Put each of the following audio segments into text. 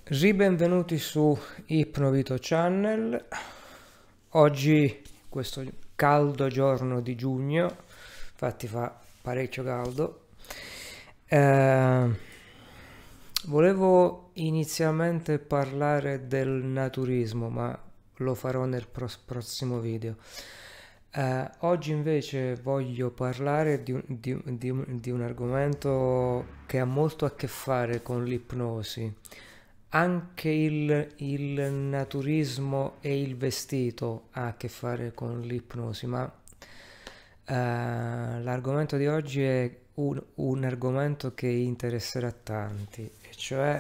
Ribenvenuti su Ipnovito Channel. Oggi, questo caldo giorno di giugno, infatti fa parecchio caldo, eh, volevo inizialmente parlare del naturismo, ma lo farò nel prossimo video. Oggi invece voglio parlare di un argomento che ha molto a che fare con l'ipnosi. Anche il naturismo e il vestito ha a che fare con l'ipnosi, ma l'argomento di oggi è un argomento che interesserà tanti, e cioè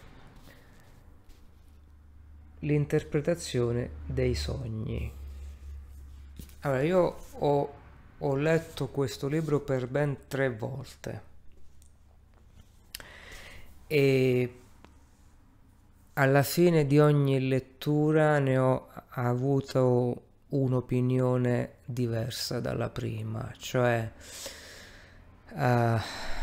l'interpretazione dei sogni. Allora, ho letto questo libro per ben 3 volte e alla fine di ogni lettura ne ho avuto un'opinione diversa dalla prima, cioè eh,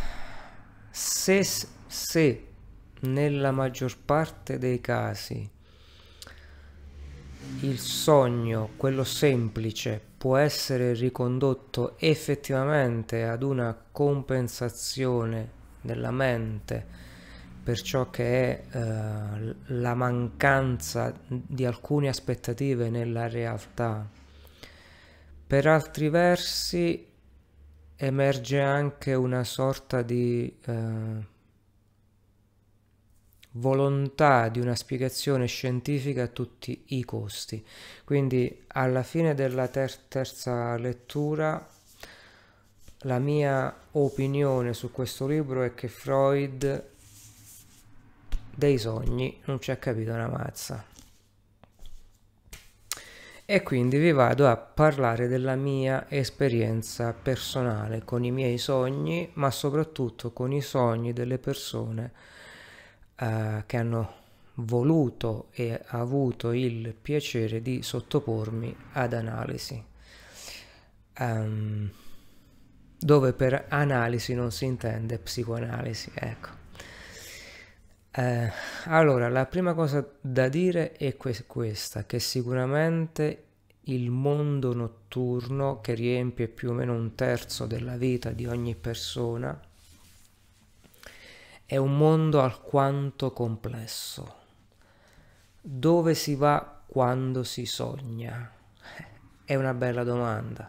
se nella maggior parte dei casi il sogno, quello semplice, può essere ricondotto effettivamente ad una compensazione della mente per ciò che è la mancanza di alcune aspettative nella realtà. Per altri versi emerge anche una sorta di volontà di una spiegazione scientifica a tutti i costi. Quindi alla fine della terza lettura la mia opinione su questo libro è che Freud dei sogni non ci ha capito una mazza. E quindi vi vado a parlare della mia esperienza personale con i miei sogni, ma soprattutto con i sogni delle persone che hanno voluto e avuto il piacere di sottopormi ad analisi. Dove per analisi non si intende psicoanalisi, ecco. Allora, la prima cosa da dire è questa, che sicuramente il mondo notturno, che riempie più o meno un terzo della vita di ogni persona, è un mondo alquanto complesso. Dove si va quando si sogna? È una bella domanda.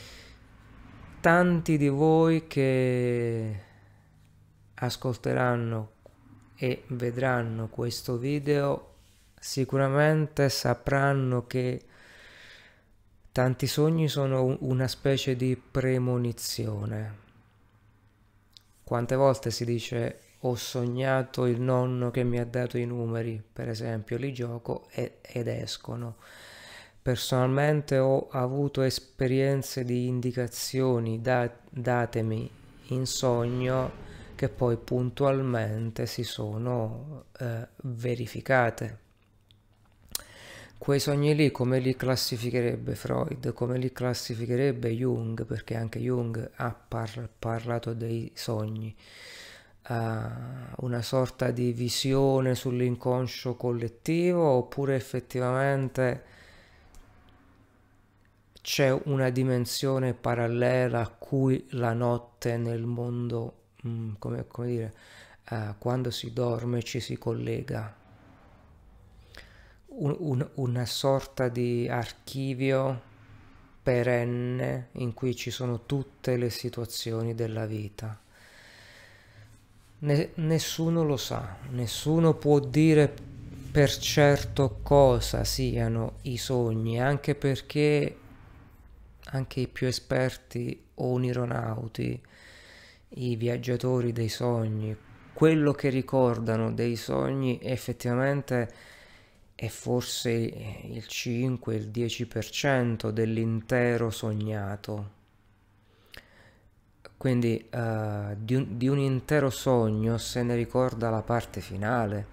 Tanti di voi che ascolteranno e vedranno questo video sicuramente sapranno che tanti sogni sono una specie di premonizione. Quante volte si dice ho sognato il nonno che mi ha dato i numeri, per esempio, li gioco ed escono. Personalmente ho avuto esperienze di indicazioni datemi in sogno che poi puntualmente si sono verificate. Quei sogni lì come li classificherebbe Freud, come li classificherebbe Jung, perché anche Jung ha parlato dei sogni, una sorta di visione sull'inconscio collettivo, oppure effettivamente c'è una dimensione parallela a cui la notte nel mondo, come dire, quando si dorme ci si collega. Una sorta di archivio perenne in cui ci sono tutte le situazioni della vita. Nessuno lo sa, nessuno può dire per certo cosa siano i sogni, anche perché anche i più esperti onironauti, i viaggiatori dei sogni, quello che ricordano dei sogni effettivamente è forse il 5, il 10% dell'intero sognato. Quindi di un intero sogno se ne ricorda la parte finale.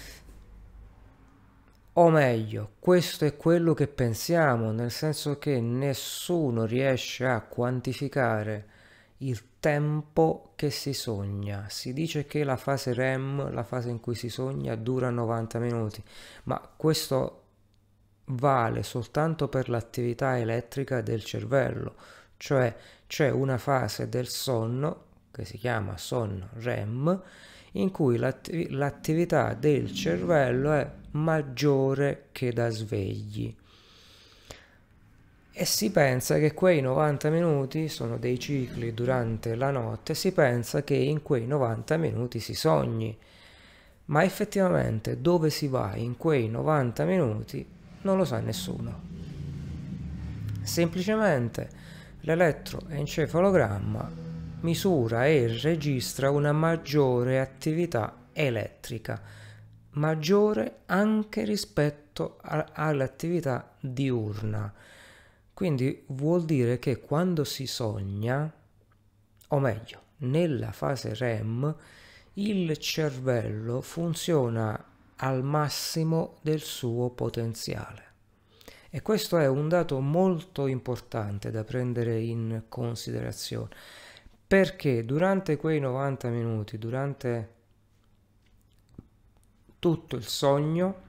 O meglio, questo è quello che pensiamo, nel senso che nessuno riesce a quantificare il tempo che si sogna. Si dice che la fase REM, la fase in cui si sogna, dura 90 minuti, ma questo vale soltanto per l'attività elettrica del cervello, cioè c'è una fase del sonno che si chiama sonno REM in cui l'attività del cervello è maggiore che da svegli. E si pensa che quei 90 minuti sono dei cicli durante la notte, si pensa che in quei 90 minuti si sogni, ma effettivamente dove si va in quei 90 minuti non lo sa nessuno. Semplicemente l'elettroencefalogramma misura e registra una maggiore attività elettrica, maggiore anche rispetto all'attività diurna. Quindi vuol dire che quando si sogna, o meglio, nella fase REM, il cervello funziona al massimo del suo potenziale. E questo è un dato molto importante da prendere in considerazione, perché durante quei 90 minuti, durante tutto il sogno,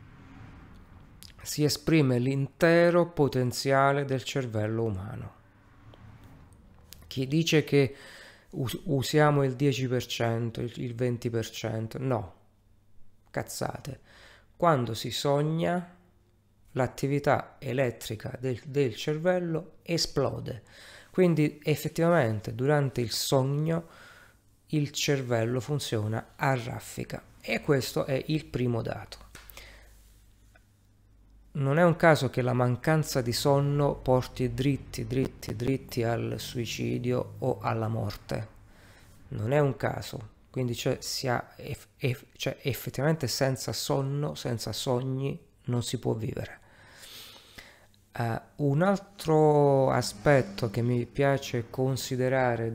si esprime l'intero potenziale del cervello umano. Chi dice che usiamo il 10%, il 20%, no, cazzate. Quando si sogna, l'attività elettrica del cervello esplode. Quindi effettivamente durante il sogno il cervello funziona a raffica e questo è il primo dato. Non è un caso che la mancanza di sonno porti dritti al suicidio o alla morte. Non è un caso. Quindi cioè, effettivamente senza sonno, senza sogni, non si può vivere. Un altro aspetto che mi piace considerare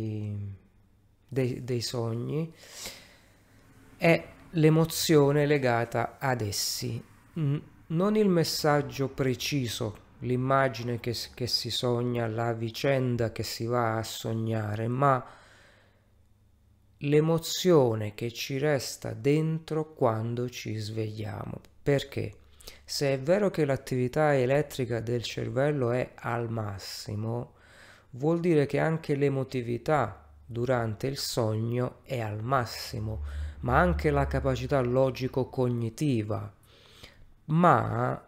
dei sogni è l'emozione legata ad essi. Non il messaggio preciso, l'immagine che si sogna, la vicenda che si va a sognare, ma l'emozione che ci resta dentro quando ci svegliamo. Perché? Se è vero che l'attività elettrica del cervello è al massimo, vuol dire che anche l'emotività durante il sogno è al massimo, ma anche la capacità logico-cognitiva. Ma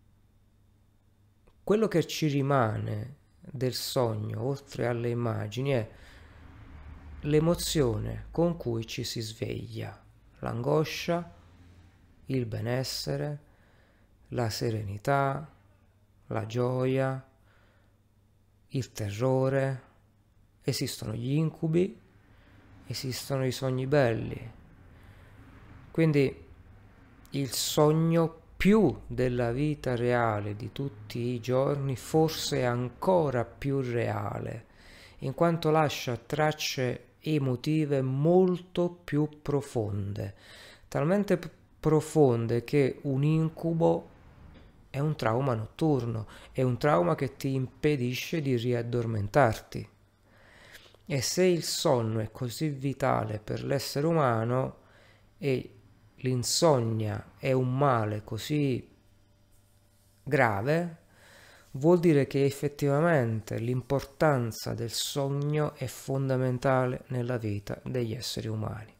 quello che ci rimane del sogno, oltre alle immagini, è l'emozione con cui ci si sveglia, l'angoscia, il benessere, la serenità, la gioia, il terrore. Esistono gli incubi, esistono i sogni belli. Quindi il sogno più della vita reale di tutti i giorni forse è ancora più reale, in quanto lascia tracce emotive molto più profonde, talmente profonde che un incubo è un trauma notturno, è un trauma che ti impedisce di riaddormentarti. E se il sonno è così vitale per l'essere umano e l'insonnia è un male così grave, vuol dire che effettivamente l'importanza del sogno è fondamentale nella vita degli esseri umani.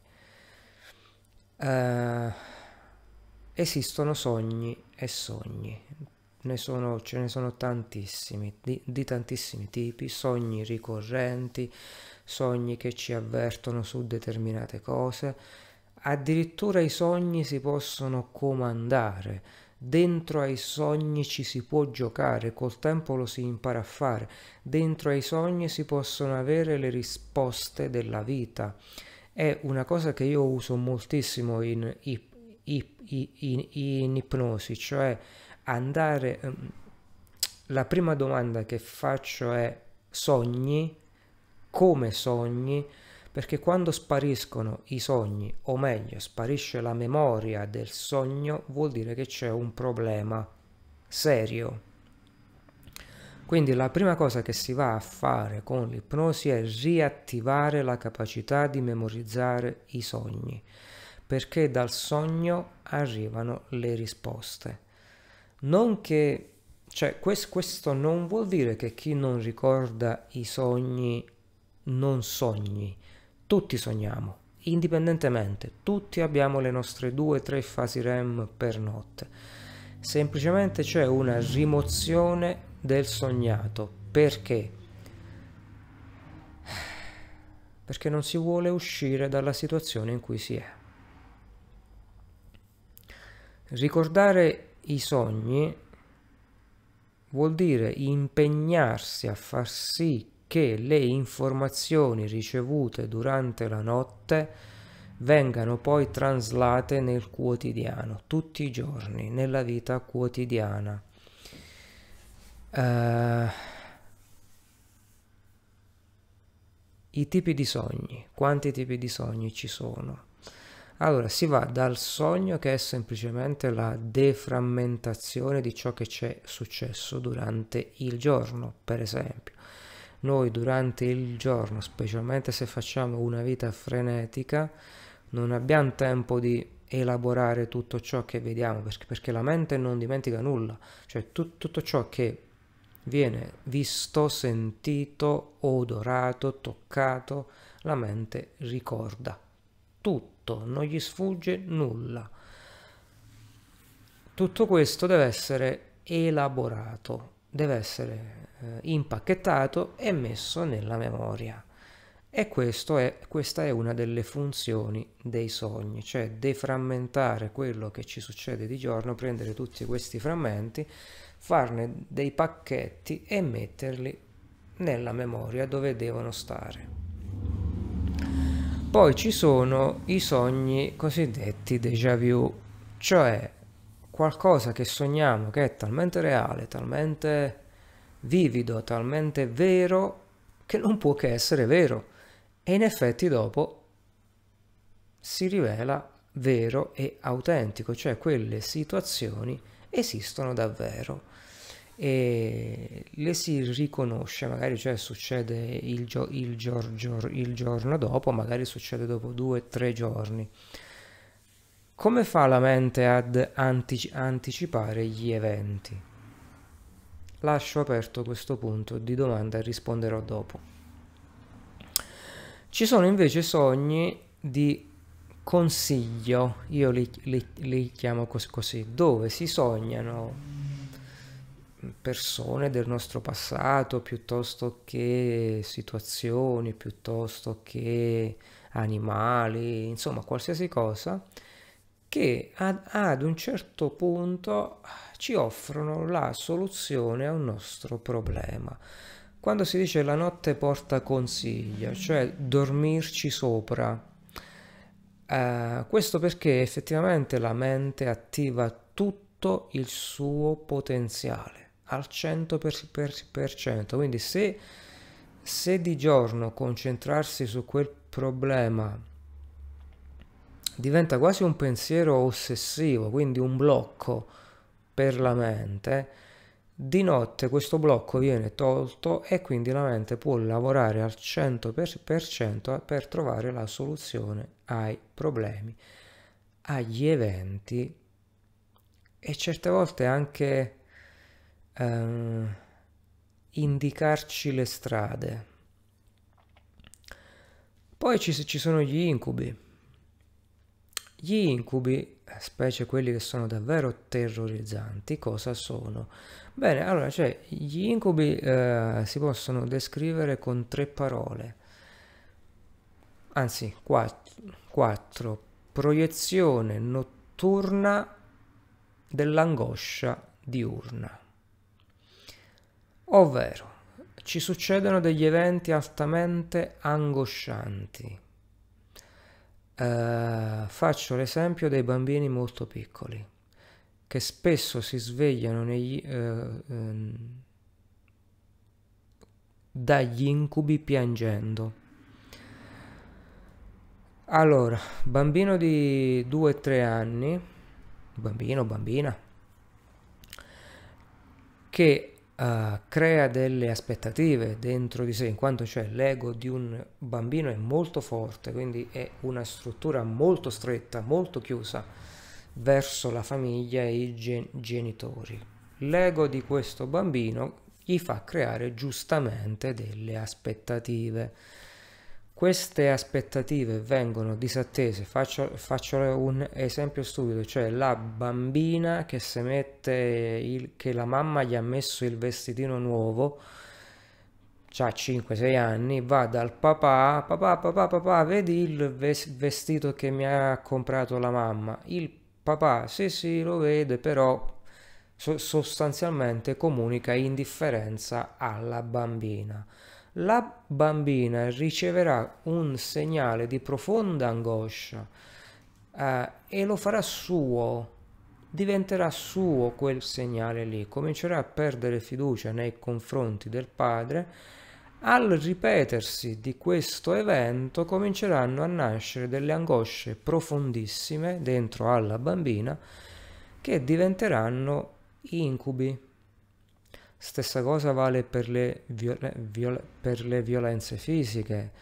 Esistono sogni e sogni, ce ne sono tantissimi, di tantissimi tipi, sogni ricorrenti, sogni che ci avvertono su determinate cose. Addirittura i sogni si possono comandare, dentro ai sogni ci si può giocare, col tempo lo si impara a fare, dentro ai sogni si possono avere le risposte della vita. È una cosa che io uso moltissimo in ipnosi, cioè andare... La prima domanda che faccio è: sogni? Come sogni? Perché quando spariscono i sogni, o meglio, sparisce la memoria del sogno, vuol dire che c'è un problema serio. Quindi la prima cosa che si va a fare con l'ipnosi è riattivare la capacità di memorizzare i sogni, perché dal sogno arrivano le risposte. Non che, cioè, questo non vuol dire che chi non ricorda i sogni non sogni. Tutti sogniamo, indipendentemente, tutti abbiamo le nostre 2-3 fasi REM per notte. Semplicemente c'è una rimozione del sognato. Perché? Perché non si vuole uscire dalla situazione in cui si è. Ricordare i sogni vuol dire impegnarsi a far sì che le informazioni ricevute durante la notte vengano poi traslate nel quotidiano, tutti i giorni, nella vita quotidiana. I tipi di sogni, quanti tipi di sogni ci sono? Allora, si va dal sogno, che è semplicemente la deframmentazione di ciò che c'è successo durante il giorno. Per esempio, noi durante il giorno, specialmente se facciamo una vita frenetica, non abbiamo tempo di elaborare tutto ciò che vediamo, perché la mente non dimentica nulla, cioè tutto ciò che viene visto, sentito, odorato, toccato, la mente ricorda tutto, non gli sfugge nulla. Tutto questo deve essere elaborato, deve essere impacchettato e messo nella memoria. E questa è una delle funzioni dei sogni, cioè deframmentare quello che ci succede di giorno, prendere tutti questi frammenti, farne dei pacchetti e metterli nella memoria dove devono stare. Poi ci sono i sogni cosiddetti déjà vu, cioè qualcosa che sogniamo che è talmente reale, talmente vivido, talmente vero che non può che essere vero. E in effetti dopo si rivela vero e autentico, cioè quelle situazioni esistono davvero e le si riconosce, magari cioè succede il giorno dopo, magari succede dopo 2-3 giorni. Come fa la mente ad anticipare gli eventi? Lascio aperto questo punto di domanda e risponderò dopo. Ci sono invece sogni di consiglio, io li chiamo così, dove si sognano persone del nostro passato, piuttosto che situazioni, piuttosto che animali, insomma qualsiasi cosa, che ad un certo punto ci offrono la soluzione a un nostro problema. Quando si dice la notte porta consiglio, cioè dormirci sopra, questo perché effettivamente la mente attiva tutto il suo potenziale al 100%, quindi se di giorno concentrarsi su quel problema diventa quasi un pensiero ossessivo, quindi un blocco per la mente, di notte questo blocco viene tolto e quindi la mente può lavorare al 100% per trovare la soluzione ai problemi, agli eventi e certe volte anche indicarci le strade. Poi ci sono gli incubi. Gli incubi, specie quelli che sono davvero terrorizzanti, cosa sono? Bene, allora, cioè, gli incubi si possono descrivere con 3 parole, anzi 4. Proiezione notturna dell'angoscia diurna. Ovvero, ci succedono degli eventi altamente angoscianti. Faccio l'esempio dei bambini molto piccoli che spesso si svegliano dagli incubi piangendo. Allora, bambino di 2-3 anni, bambino, bambina, che crea delle aspettative dentro di sé, in quanto cioè l'ego di un bambino è molto forte, quindi è una struttura molto stretta, molto chiusa verso la famiglia e i genitori. L'ego di questo bambino gli fa creare giustamente delle aspettative. Queste aspettative vengono disattese. Faccio un esempio stupido, cioè la bambina che si mette che la mamma gli ha messo il vestitino nuovo, ha 5-6 anni, va dal papà, papà, vedi il vestito che mi ha comprato la mamma. Il papà, sì, lo vede, però sostanzialmente comunica indifferenza alla bambina. La bambina riceverà un segnale di profonda angoscia e lo farà suo, diventerà suo quel segnale lì, comincerà a perdere fiducia nei confronti del padre. Al ripetersi di questo evento cominceranno a nascere delle angosce profondissime dentro alla bambina che diventeranno incubi. Stessa cosa vale per le violenze fisiche.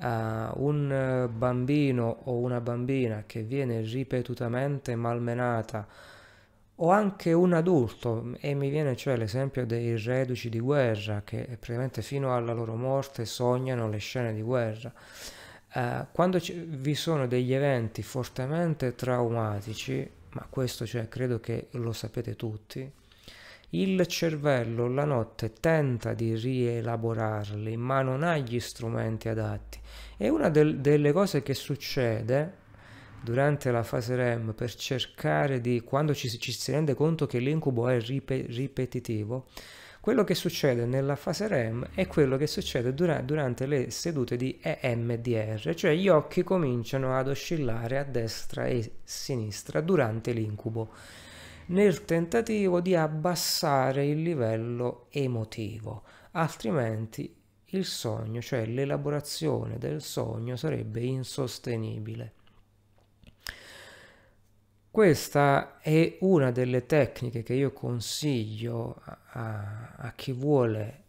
Un bambino o una bambina che viene ripetutamente malmenata, o anche un adulto, e mi viene cioè l'esempio dei reduci di guerra che praticamente fino alla loro morte sognano le scene di guerra. Quando vi sono degli eventi fortemente traumatici, ma questo cioè credo che lo sapete tutti, il cervello la notte tenta di rielaborarli, ma non ha gli strumenti adatti. E una delle cose che succede durante la fase REM, per cercare di, quando ci si rende conto che l'incubo è ripetitivo, quello che succede nella fase REM è quello che succede durante le sedute di EMDR, cioè gli occhi cominciano ad oscillare a destra e sinistra durante l'incubo, nel tentativo di abbassare il livello emotivo, altrimenti il sogno, cioè l'elaborazione del sogno, sarebbe insostenibile. Questa è una delle tecniche che io consiglio a chi vuole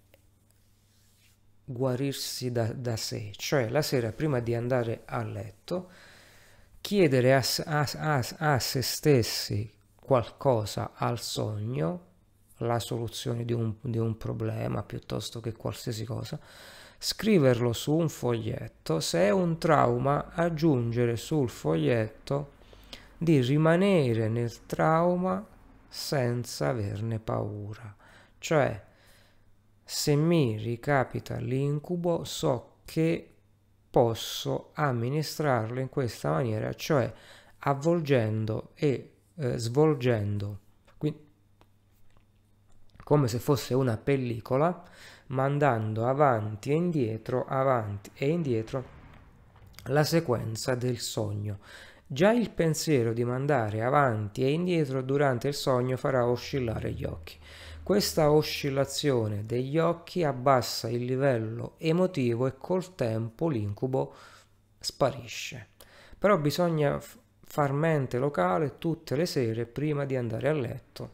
guarirsi da sé, cioè la sera prima di andare a letto chiedere a se stessi qualcosa al sogno, la soluzione di un problema piuttosto che qualsiasi cosa, scriverlo su un foglietto. Se è un trauma, aggiungere sul foglietto di rimanere nel trauma senza averne paura. Cioè, se mi ricapita l'incubo, so che posso amministrarlo in questa maniera, cioè avvolgendo e svolgendo, quindi come se fosse una pellicola, mandando avanti e indietro la sequenza del sogno. Già il pensiero di mandare avanti e indietro durante il sogno farà oscillare gli occhi. Questa oscillazione degli occhi abbassa il livello emotivo e col tempo l'incubo sparisce. Però bisogna far mente locale tutte le sere prima di andare a letto.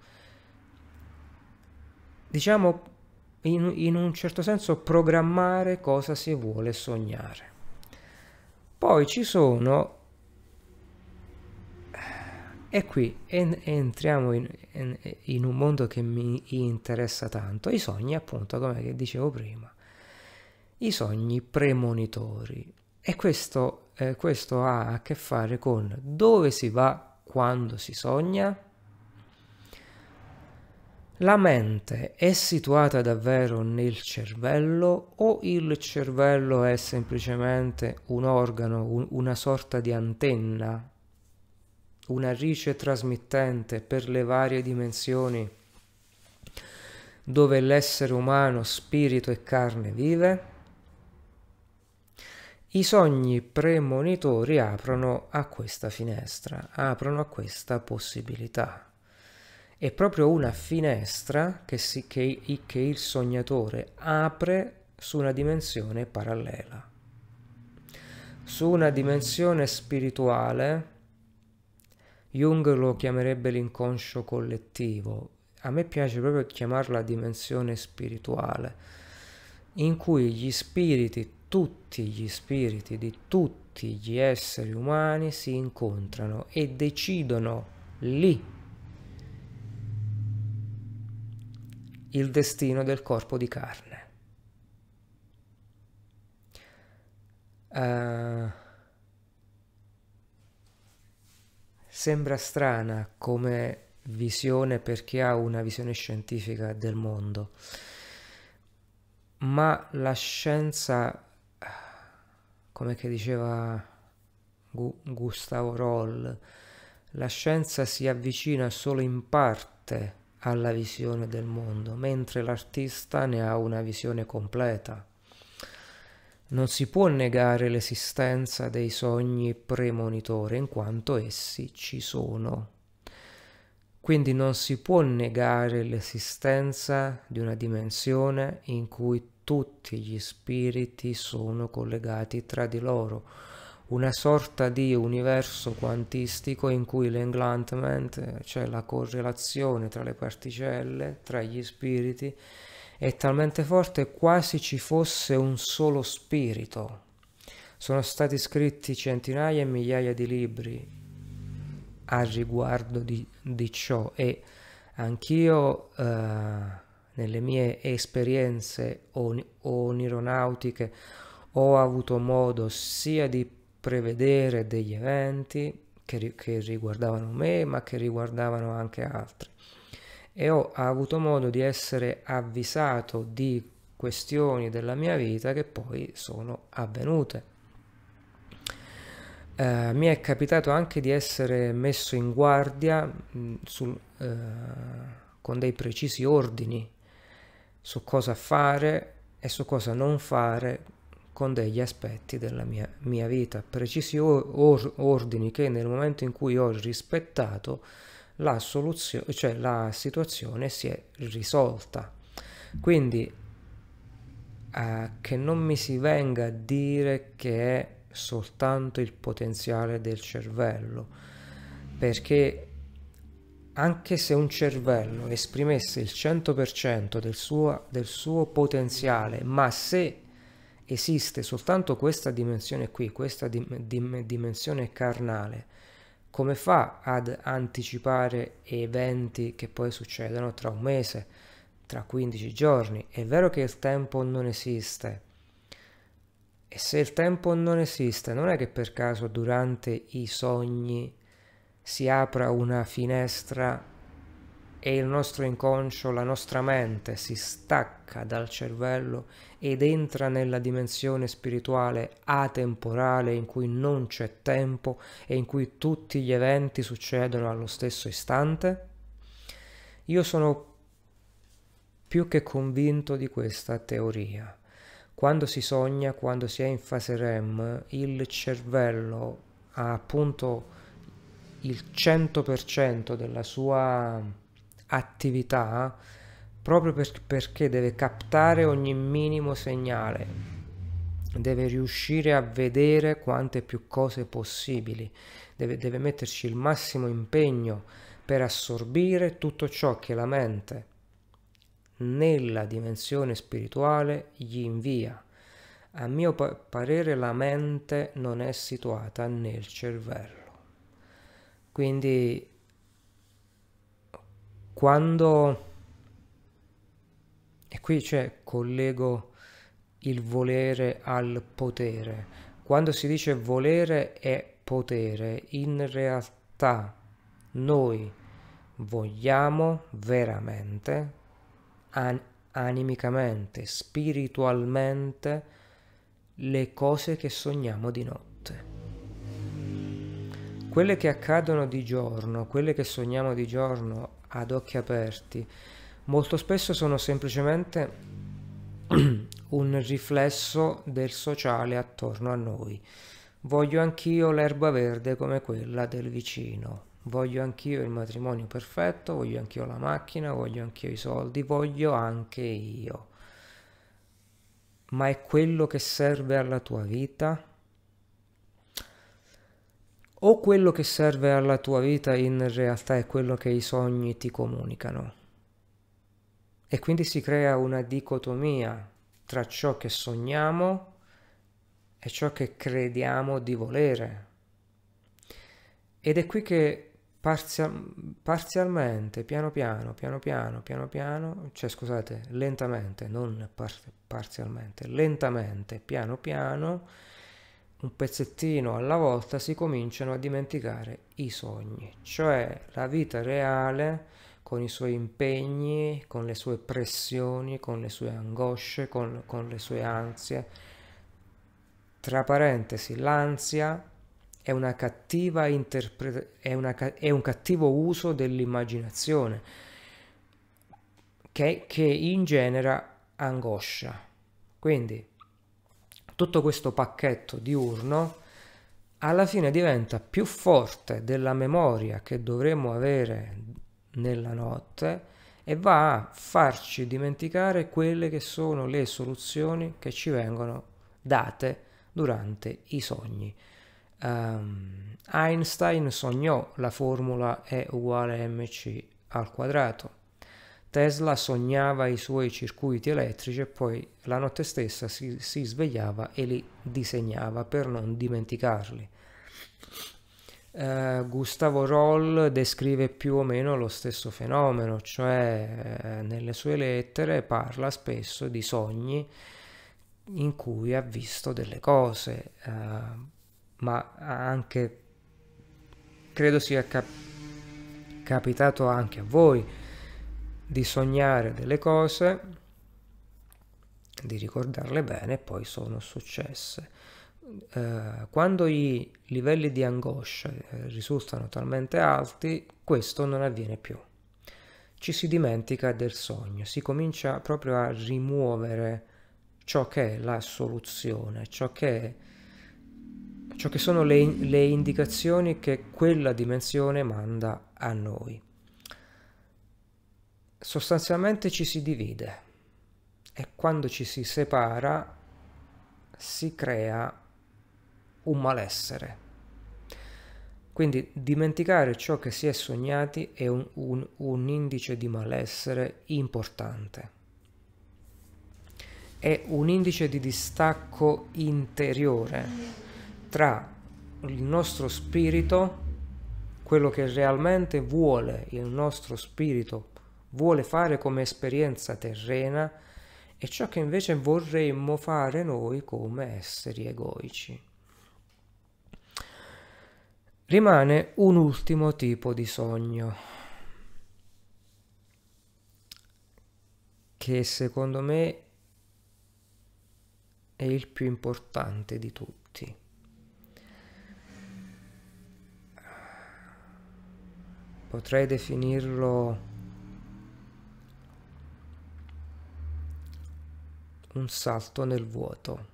Diciamo, in un certo senso, programmare cosa si vuole sognare. Poi ci sono, e qui entriamo in un mondo che mi interessa tanto, i sogni, appunto, come dicevo prima, i sogni premonitori. E questo ha a che fare con dove si va quando si sogna. La mente è situata davvero nel cervello o il cervello è semplicemente un organo, una sorta di antenna, una rice trasmittente per le varie dimensioni dove l'essere umano, spirito e carne vive? I sogni premonitori aprono a questa finestra, aprono a questa possibilità. È proprio una finestra che il sognatore apre su una dimensione parallela, su una dimensione spirituale. Jung lo chiamerebbe l'inconscio collettivo, a me piace proprio chiamarla dimensione spirituale, in cui gli spiriti, tutti gli spiriti di tutti gli esseri umani si incontrano e decidono lì il destino del corpo di carne. Sembra strana come visione per chi ha una visione scientifica del mondo, ma la scienza, come che diceva Gustavo Roll, la scienza si avvicina solo in parte alla visione del mondo, mentre l'artista ne ha una visione completa. Non si può negare l'esistenza dei sogni premonitori in quanto essi ci sono. Quindi non si può negare l'esistenza di una dimensione in cui tutti gli spiriti sono collegati tra di loro, una sorta di universo quantistico in cui l'englantment, cioè la correlazione tra le particelle, tra gli spiriti, è talmente forte quasi ci fosse un solo spirito. Sono stati scritti centinaia e migliaia di libri a riguardo di ciò e anch'io nelle mie esperienze onironautiche ho avuto modo sia di prevedere degli eventi che riguardavano me ma che riguardavano anche altri e ho avuto modo di essere avvisato di questioni della mia vita che poi sono avvenute. Mi è capitato anche di essere messo in guardia con dei precisi ordini su cosa fare e su cosa non fare con degli aspetti della mia vita, precisi ordini che nel momento in cui ho rispettato la soluzione, cioè la situazione si è risolta. Quindi che non mi si venga a dire che è soltanto il potenziale del cervello, perché anche se un cervello esprimesse il 100% del suo potenziale, ma se esiste soltanto questa dimensione qui, questa dimensione carnale, come fa ad anticipare eventi che poi succedono tra un mese, tra 15 giorni? È vero che il tempo non esiste, e se il tempo non esiste, non è che per caso durante i sogni si apra una finestra e il nostro inconscio, la nostra mente si stacca dal cervello ed entra nella dimensione spirituale atemporale in cui non c'è tempo e in cui tutti gli eventi succedono allo stesso istante? Io sono più che convinto di questa teoria. Quando si sogna, quando si è in fase REM, il cervello ha appunto il 100% della sua attività proprio perché deve captare ogni minimo segnale, deve riuscire a vedere quante più cose possibili, deve metterci il massimo impegno per assorbire tutto ciò che la mente nella dimensione spirituale gli invia. A mio parere la mente non è situata nel cervello. Quindi quando, e qui collego il volere al potere, quando si dice volere e potere, in realtà noi vogliamo veramente animicamente, spiritualmente le cose che sogniamo di notte. Quelle che accadono di giorno, quelle che sogniamo di giorno ad occhi aperti, molto spesso sono semplicemente un riflesso del sociale attorno a noi. Voglio anch'io l'erba verde come quella del vicino. Voglio anch'io il matrimonio perfetto, voglio anch'io la macchina, voglio anch'io i soldi, voglio anche io. Ma è quello che serve alla tua vita? O quello che serve alla tua vita in realtà è quello che i sogni ti comunicano? e quindi si crea una dicotomia tra ciò che sogniamo e ciò che crediamo di volere. Ed è qui che parzialmente, piano piano, cioè scusate, lentamente, non parzialmente, lentamente, piano piano, un pezzettino alla volta si cominciano a dimenticare i sogni, cioè la vita reale con i suoi impegni, con le sue pressioni, con le sue angosce, con le sue ansie. Tra parentesi, l'ansia è una cattiva è un cattivo uso dell'immaginazione che ingenera angoscia. Quindi tutto questo pacchetto diurno alla fine diventa più forte della memoria che dovremmo avere nella notte e va a farci dimenticare quelle che sono le soluzioni che ci vengono date durante i sogni. Einstein sognò la formula E uguale mc al quadrato. Tesla sognava i suoi circuiti elettrici e poi la notte stessa si svegliava e li disegnava per non dimenticarli. Gustavo Roll descrive più o meno lo stesso fenomeno, cioè nelle sue lettere parla spesso di sogni in cui ha visto delle cose, ma anche credo sia capitato anche a voi di sognare delle cose, di ricordarle bene e poi sono successe. Quando i livelli di angoscia risultano talmente alti, questo non avviene più. Ci si dimentica del sogno, si comincia proprio a rimuovere ciò che è la soluzione, ciò che sono le indicazioni che quella dimensione manda a noi. Sostanzialmente ci si divide e quando ci si separa si crea un malessere. Quindi dimenticare ciò che si è sognati è un indice di malessere importante. È un indice di distacco interiore tra il nostro spirito, quello che realmente vuole il nostro spirito, vuole fare come esperienza terrena, e ciò che invece vorremmo fare noi come esseri egoici. Rimane un ultimo tipo di sogno, che secondo me è il più importante di tutti. Potrei definirlo un salto nel vuoto.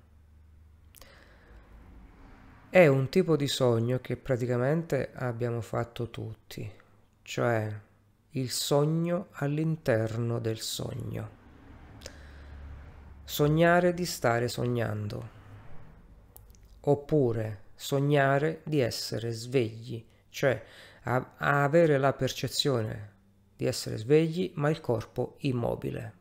È un tipo di sogno che praticamente abbiamo fatto tutti, cioè il sogno all'interno del sogno. Sognare di stare sognando, oppure sognare di essere svegli, cioè a avere la percezione di essere svegli ma il corpo immobile.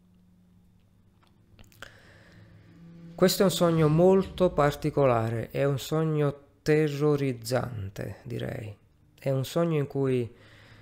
Questo è un sogno molto particolare, è un sogno terrorizzante, direi. È un sogno in cui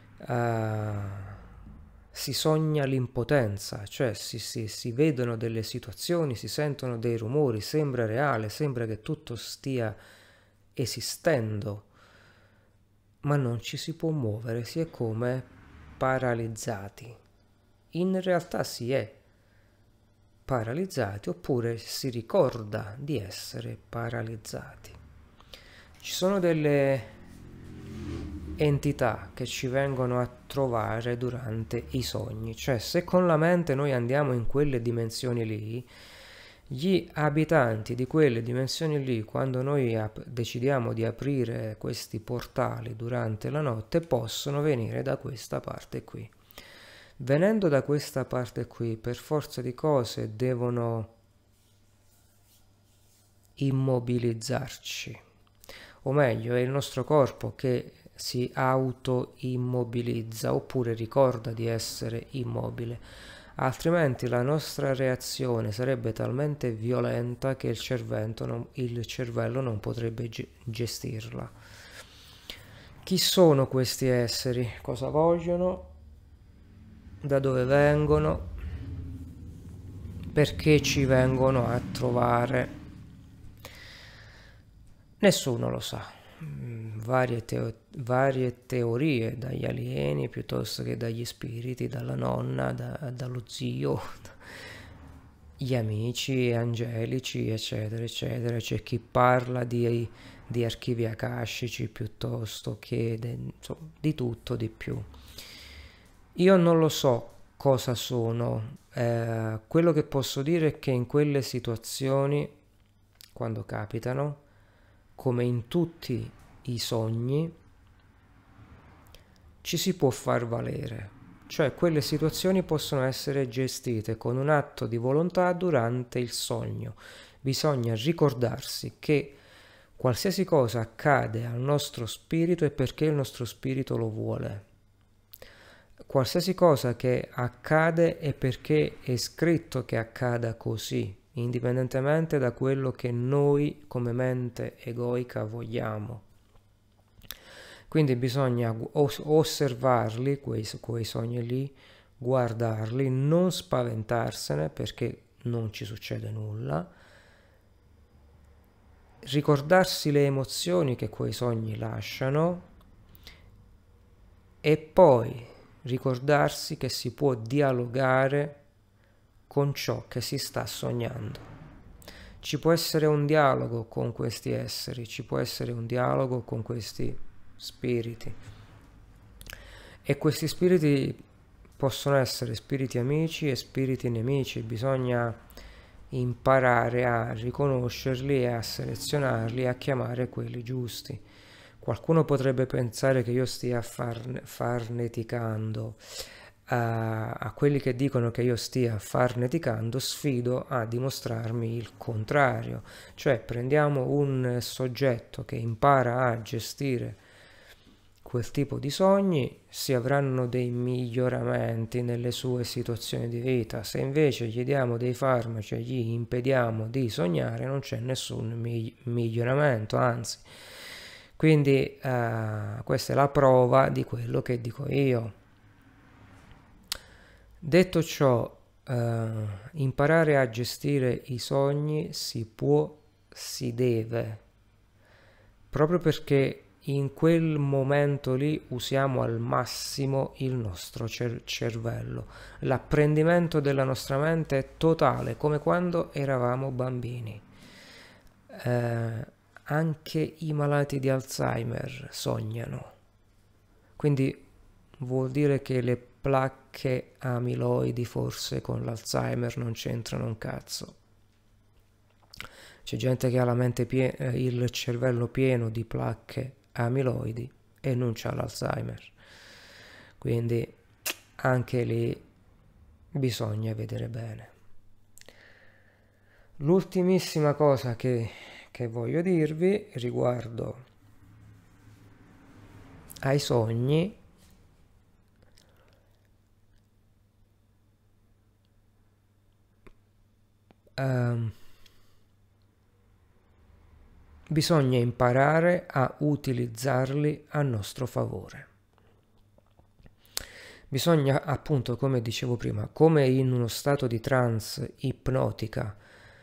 si sogna l'impotenza, cioè si vedono delle situazioni, si sentono dei rumori, sembra reale, sembra che tutto stia esistendo, ma non ci si può muovere, si è come paralizzati. In realtà si è paralizzati oppure si ricorda di essere paralizzati. Ci sono delle entità che ci vengono a trovare durante i sogni, cioè se con la mente noi andiamo in quelle dimensioni lì, gli abitanti di quelle dimensioni lì, quando noi decidiamo di aprire questi portali durante la notte, possono venire da questa parte qui. Venendo da questa parte qui, per forza di cose devono immobilizzarci, o meglio, è il nostro corpo che si auto-immobilizza oppure ricorda di essere immobile. altrimenti la nostra reazione sarebbe talmente violenta che il cervello non potrebbe gestirla. Chi sono questi esseri? Cosa vogliono? Da dove vengono? Perché ci vengono a trovare? Nessuno lo sa. Varie teorie, dagli alieni piuttosto che dagli spiriti, dalla nonna, dallo zio, gli amici angelici, eccetera, eccetera. C'è chi parla di archivi akashici piuttosto che insomma, di tutto, di più. Io non lo so cosa sono. Quello che posso dire è che in quelle situazioni, quando capitano, come in tutti i sogni, ci si può far valere. Cioè, quelle situazioni possono essere gestite con un atto di volontà durante il sogno. Bisogna ricordarsi che qualsiasi cosa accade al nostro spirito è perché il nostro spirito lo vuole. Qualsiasi cosa che accade è perché è scritto che accada così, indipendentemente da quello che noi come mente egoica vogliamo. Quindi bisogna osservarli, quei sogni lì, guardarli, non spaventarsene perché non ci succede nulla, ricordarsi le emozioni che quei sogni lasciano e poi ricordarsi che si può dialogare con ciò che si sta sognando. Ci può essere un dialogo con questi esseri, ci può essere un dialogo con questi spiriti. E questi spiriti possono essere spiriti amici e spiriti nemici, bisogna imparare a riconoscerli e a selezionarli e a chiamare quelli giusti. Qualcuno potrebbe pensare che io stia farneticando. A quelli che dicono che io stia farneticando, sfido a dimostrarmi il contrario. Cioè, prendiamo un soggetto che impara a gestire quel tipo di sogni, si avranno dei miglioramenti nelle sue situazioni di vita. Se invece gli diamo dei farmaci e gli impediamo di sognare, non c'è nessun miglioramento, anzi. Quindi questa è la prova di quello che dico io. Detto ciò, imparare a gestire i sogni si può, si deve, proprio perché in quel momento lì usiamo al massimo il nostro cervello. L'apprendimento della nostra mente è totale, come quando eravamo bambini. Anche i malati di Alzheimer sognano. Quindi vuol dire che le placche amiloidi forse con l'Alzheimer non c'entrano un cazzo. C'è gente che ha la mente il cervello pieno di placche amiloidi e non c'ha l'Alzheimer. Quindi anche lì bisogna vedere bene. L'ultimissima cosa che voglio dirvi riguardo ai sogni bisogna imparare a utilizzarli a nostro favore. Bisogna, appunto, come dicevo prima, come in uno stato di trance ipnotica,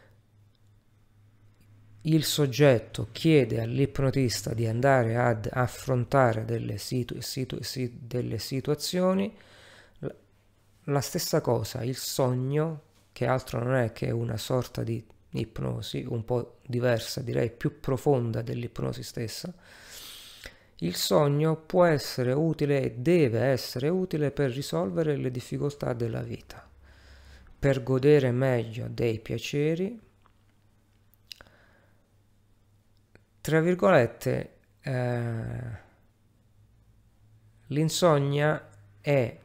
il soggetto chiede all'ipnotista di andare ad affrontare delle situazioni, la stessa cosa, il sogno, che altro non è che una sorta di ipnosi, un po' diversa, direi più profonda dell'ipnosi stessa, il sogno può essere utile e deve essere utile per risolvere le difficoltà della vita, per godere meglio dei piaceri. Tra virgolette, l'insonnia è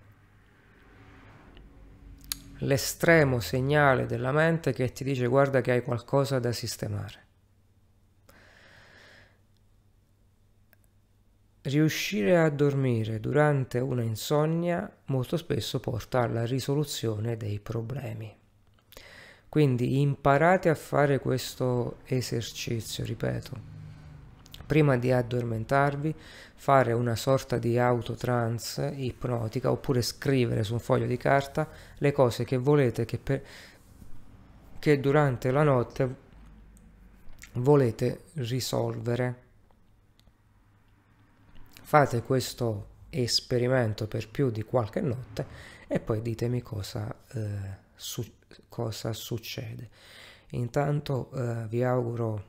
l'estremo segnale della mente che ti dice guarda che hai qualcosa da sistemare. riuscire a dormire durante una insonnia molto spesso porta alla risoluzione dei problemi. Quindi imparate a fare questo esercizio, ripeto. Prima di addormentarvi, fare una sorta di autotrance ipnotica oppure scrivere su un foglio di carta le cose che volete che durante la notte volete risolvere. Fate questo esperimento per più di qualche notte e poi ditemi cosa succede. Intanto vi auguro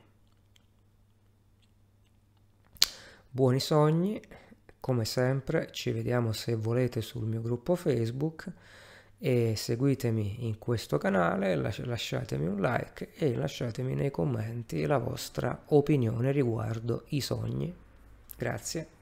buoni sogni, come sempre ci vediamo se volete sul mio gruppo Facebook e seguitemi in questo canale, lasciatemi un like e lasciatemi nei commenti la vostra opinione riguardo i sogni. Grazie.